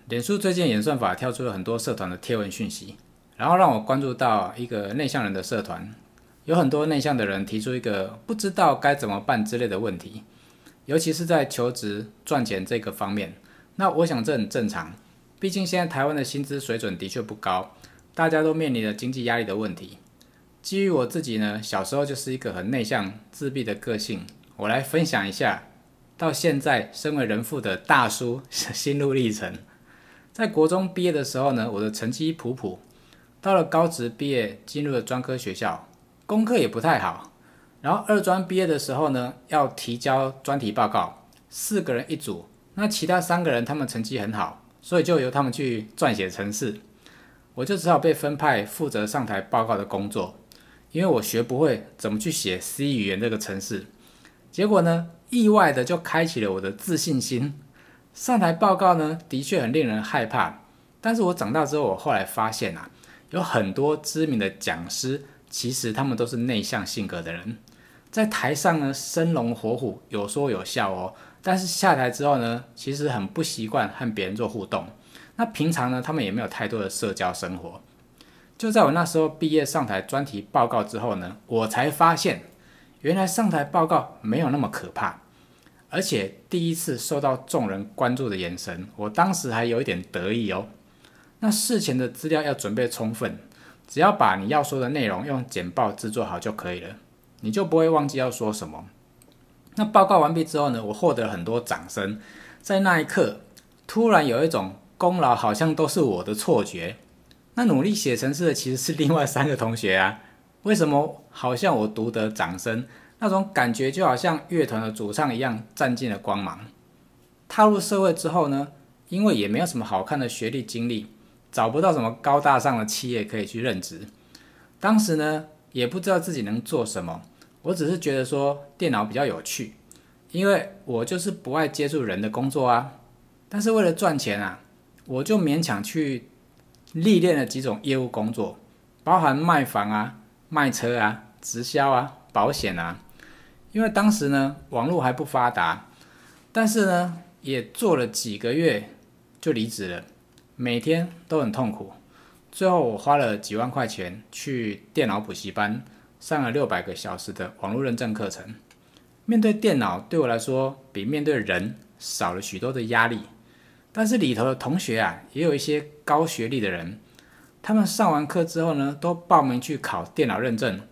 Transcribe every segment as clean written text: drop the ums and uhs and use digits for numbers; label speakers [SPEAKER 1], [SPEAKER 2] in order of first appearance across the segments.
[SPEAKER 1] 脸书最近演算法跳出了很多社团的贴文讯息，然后让我关注到一个内向人的社团，有很多内向的人提出一个不知道该怎么办之类的问题，尤其是在求职赚钱这个方面。那我想这很正常，毕竟现在台湾的薪资水准的确不高，大家都面临着经济压力的问题。基于我自己呢，小时候就是一个很内向自闭的个性，我来分享一下到现在身为人父的大叔心路历程。在国中毕业的时候呢，我的成绩普普，到了高职毕业进入了专科学校，功课也不太好。然后二专毕业的时候呢，要提交专题报告，4个人一组，那其他3个人他们成绩很好，所以就由他们去撰写程式，我就只好被分派负责上台报告的工作，因为我学不会怎么去写 C 语言这个程式。结果呢，意外的就开启了我的自信心。上台报告呢，的确很令人害怕，但是我长大之后，我后来发现有很多知名的讲师，其实他们都是内向性格的人，在台上呢生龙活虎，有说有笑哦，但是下台之后呢，其实很不习惯和别人做互动。那平常呢，他们也没有太多的社交生活。就在我那时候毕业上台专题报告之后呢，我才发现，原来上台报告没有那么可怕。而且第一次受到众人关注的眼神，我当时还有一点得意哦。那事前的资料要准备充分，只要把你要说的内容用简报制作好就可以了，你就不会忘记要说什么。那报告完毕之后呢，我获得了很多掌声，在那一刻，突然有一种功劳好像都是我的错觉。那努力写程式的其实是另外3个同学啊，为什么好像我独得掌声？那种感觉就好像乐团的主唱一样，占尽了光芒。踏入社会之后呢，因为也没有什么好看的学历经历，找不到什么高大上的企业可以去任职。当时呢，也不知道自己能做什么，我只是觉得说电脑比较有趣，因为我就是不爱接触人的工作啊。但是为了赚钱我就勉强去历练了几种业务工作，包含卖房卖车直销保险因为当时呢，网络还不发达，但是呢，也做了几个月就离职了，每天都很痛苦。最后我花了几万块钱去电脑补习班，上了600个小时的网络认证课程。面对电脑对我来说，比面对人少了许多的压力。但是里头的同学也有一些高学历的人，他们上完课之后呢，都报名去考电脑认证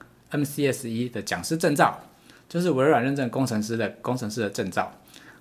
[SPEAKER 1] MCSE 的讲师证照，就是微软认证工程师的证照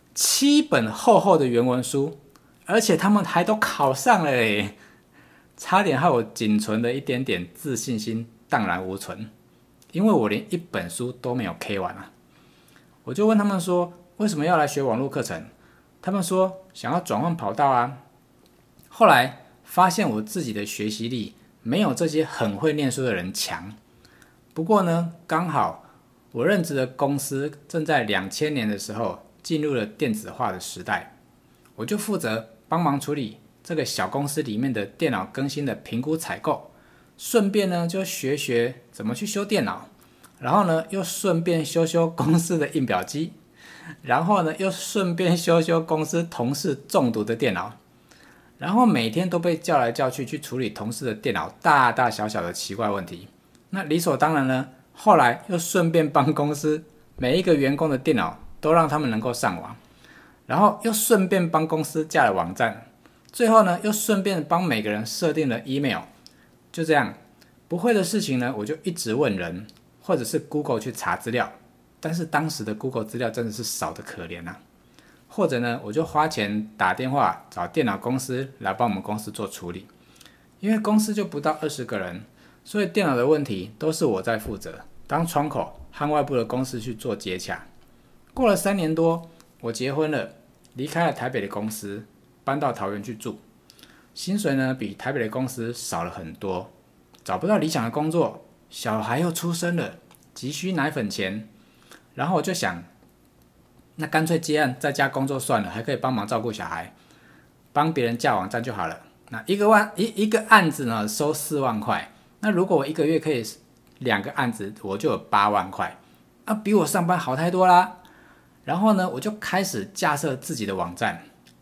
[SPEAKER 1] ，7本厚厚的原文书，而且他们还都考上了耶，差点害我仅存的一点点自信心荡然无存，因为我连1本书都没有 K 完我就问他们说，为什么要来学网络课程？他们说想要转换跑道后来发现我自己的学习力没有这些很会念书的人强。不过呢，刚好我任职的公司正在2000年的时候进入了电子化的时代，我就负责帮忙处理这个小公司里面的电脑更新的评估采购，顺便呢就学怎么去修电脑，然后呢又顺便修公司的印表机，然后呢又顺便修公司同事中毒的电脑，然后每天都被叫来叫去处理同事的电脑大大小小的奇怪问题。那理所当然呢，后来又顺便帮公司每一个员工的电脑都让他们能够上网，然后又顺便帮公司架了网站，最后呢又顺便帮每个人设定了 email。 就这样，不会的事情呢，我就一直问人，或者是 Google 去查资料，但是当时的 Google 资料真的是少得可怜或者呢，我就花钱打电话找电脑公司来帮我们公司做处理，因为公司就不到20个人，所以电脑的问题都是我在负责，当窗口和外部的公司去做接洽。过了3年多，我结婚了，离开了台北的公司，搬到桃园去住。薪水呢比台北的公司少了很多，找不到理想的工作，小孩又出生了，急需奶粉钱。然后我就想，那干脆接案在家工作算了，还可以帮忙照顾小孩，帮别人架网站就好了。那一个案子呢收4万块，那如果我1个月可以2个案子，我就有8万块，比我上班好太多啦。然后呢，我就开始架设自己的网站，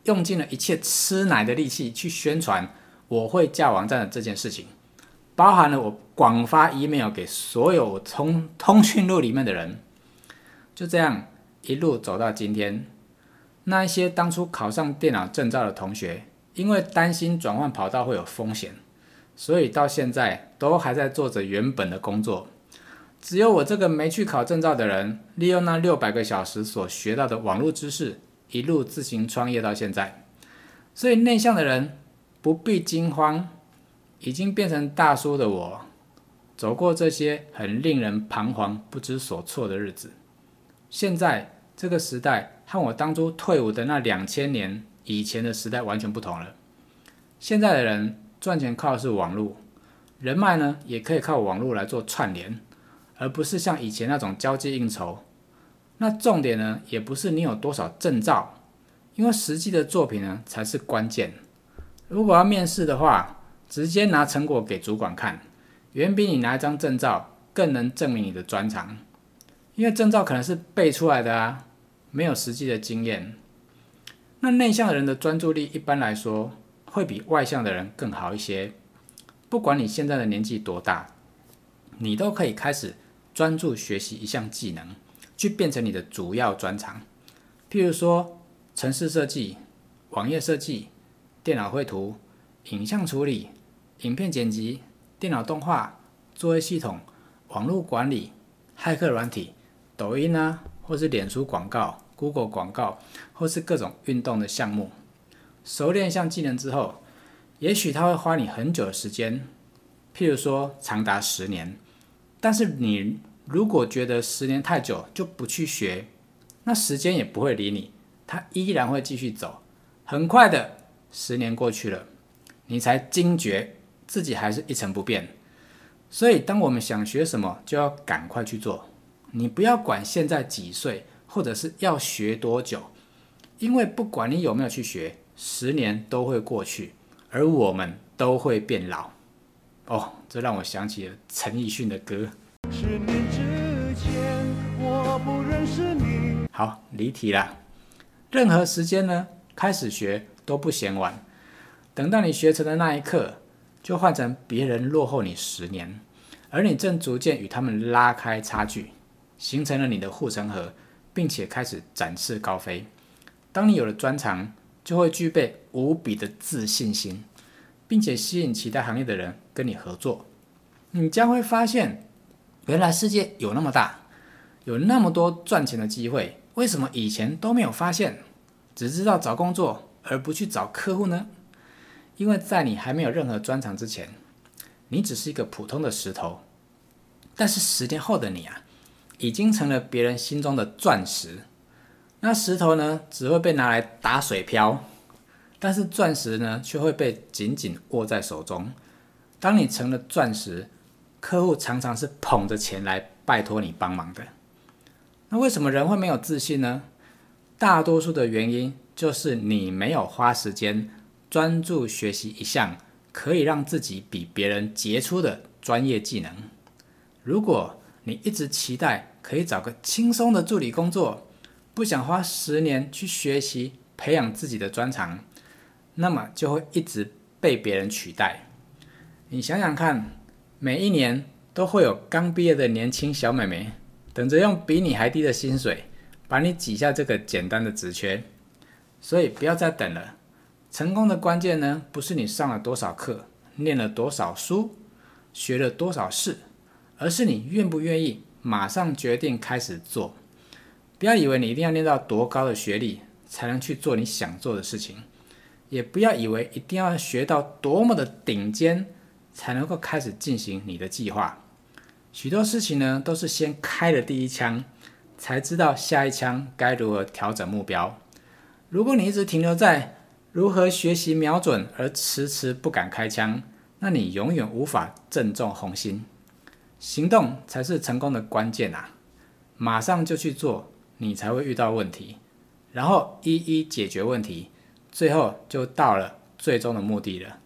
[SPEAKER 1] 用尽了一切吃奶的力气去宣传我会架网站的这件事情，包含了我广发 email 给所有通讯录里面的人。就这样一路走到今天，那一些当初考上电脑证照的同学，因为担心转换跑道会有风险，所以到现在都还在做着原本的工作。只有我这个没去考证照的人，利用那600个小时所学到的网络知识，一路自行创业到现在。所以内向的人不必惊慌，已经变成大叔的我，走过这些很令人彷徨不知所措的日子。现在这个时代和我当初退伍的那2000年以前的时代完全不同了。现在的人赚钱靠的是网络，人脉呢也可以靠网络来做串联，而不是像以前那种交际应酬。那重点呢也不是你有多少证照，因为实际的作品呢才是关键。如果要面试的话，直接拿成果给主管看，远比你拿一张证照更能证明你的专长。因为证照可能是背出来的啊，没有实际的经验。那内向的人的专注力一般来说会比外向的人更好一些。不管你现在的年纪多大，你都可以开始专注学习一项技能，去变成你的主要专长。譬如说程式设计、网页设计、电脑绘图、影像处理、影片剪辑、电脑动画、作业系统、网络管理、骇客软体、抖音啊，或是脸书广告、Google 广告，或是各种运动的项目。熟练一项技能之后，也许它会花你很久的时间，譬如说长达10年。但是你如果觉得10年太久就不去学，那时间也不会理你，它依然会继续走。很快的10年过去了，你才惊觉自己还是一成不变。所以当我们想学什么，就要赶快去做。你不要管现在几岁，或者是要学多久，因为不管你有没有去学，10年都会过去，而我们都会变老。哦，这让我想起了陈奕迅的歌。10年之前我不认识你。好，离题啦。任何时间呢，开始学都不嫌晚。等到你学成的那一刻，就换成别人落后你10年，而你正逐渐与他们拉开差距，形成了你的护城河，并且开始展翅高飞。当你有了专长，就会具备无比的自信心，并且吸引其他行业的人跟你合作。你将会发现，原来世界有那么大，有那么多赚钱的机会，为什么以前都没有发现？只知道找工作，而不去找客户呢？因为在你还没有任何专长之前，你只是一个普通的石头。但是10年后的你啊，已经成了别人心中的钻石。那石头呢，只会被拿来打水漂，但是钻石呢，却会被紧紧握在手中。当你成了钻石，客户常常是捧着钱来拜托你帮忙的。那为什么人会没有自信呢？大多数的原因就是你没有花时间专注学习一项可以让自己比别人杰出的专业技能。如果你一直期待可以找个轻松的助理工作，不想花10年去学习培养自己的专长，那么就会一直被别人取代。你想想看，每一年都会有刚毕业的年轻小美眉等着用比你还低的薪水把你挤下这个简单的职缺。所以不要再等了。成功的关键呢，不是你上了多少课，念了多少书，学了多少事，而是你愿不愿意马上决定开始做。不要以为你一定要念到多高的学历才能去做你想做的事情，也不要以为一定要学到多么的顶尖才能够开始进行你的计划。许多事情呢，都是先开了第一枪，才知道下一枪该如何调整目标。如果你一直停留在如何学习瞄准而迟迟不敢开枪，那你永远无法正中红心。行动才是成功的关键啊！马上就去做，你才会遇到问题，然后一一解决问题，最后就到了最终的目的了。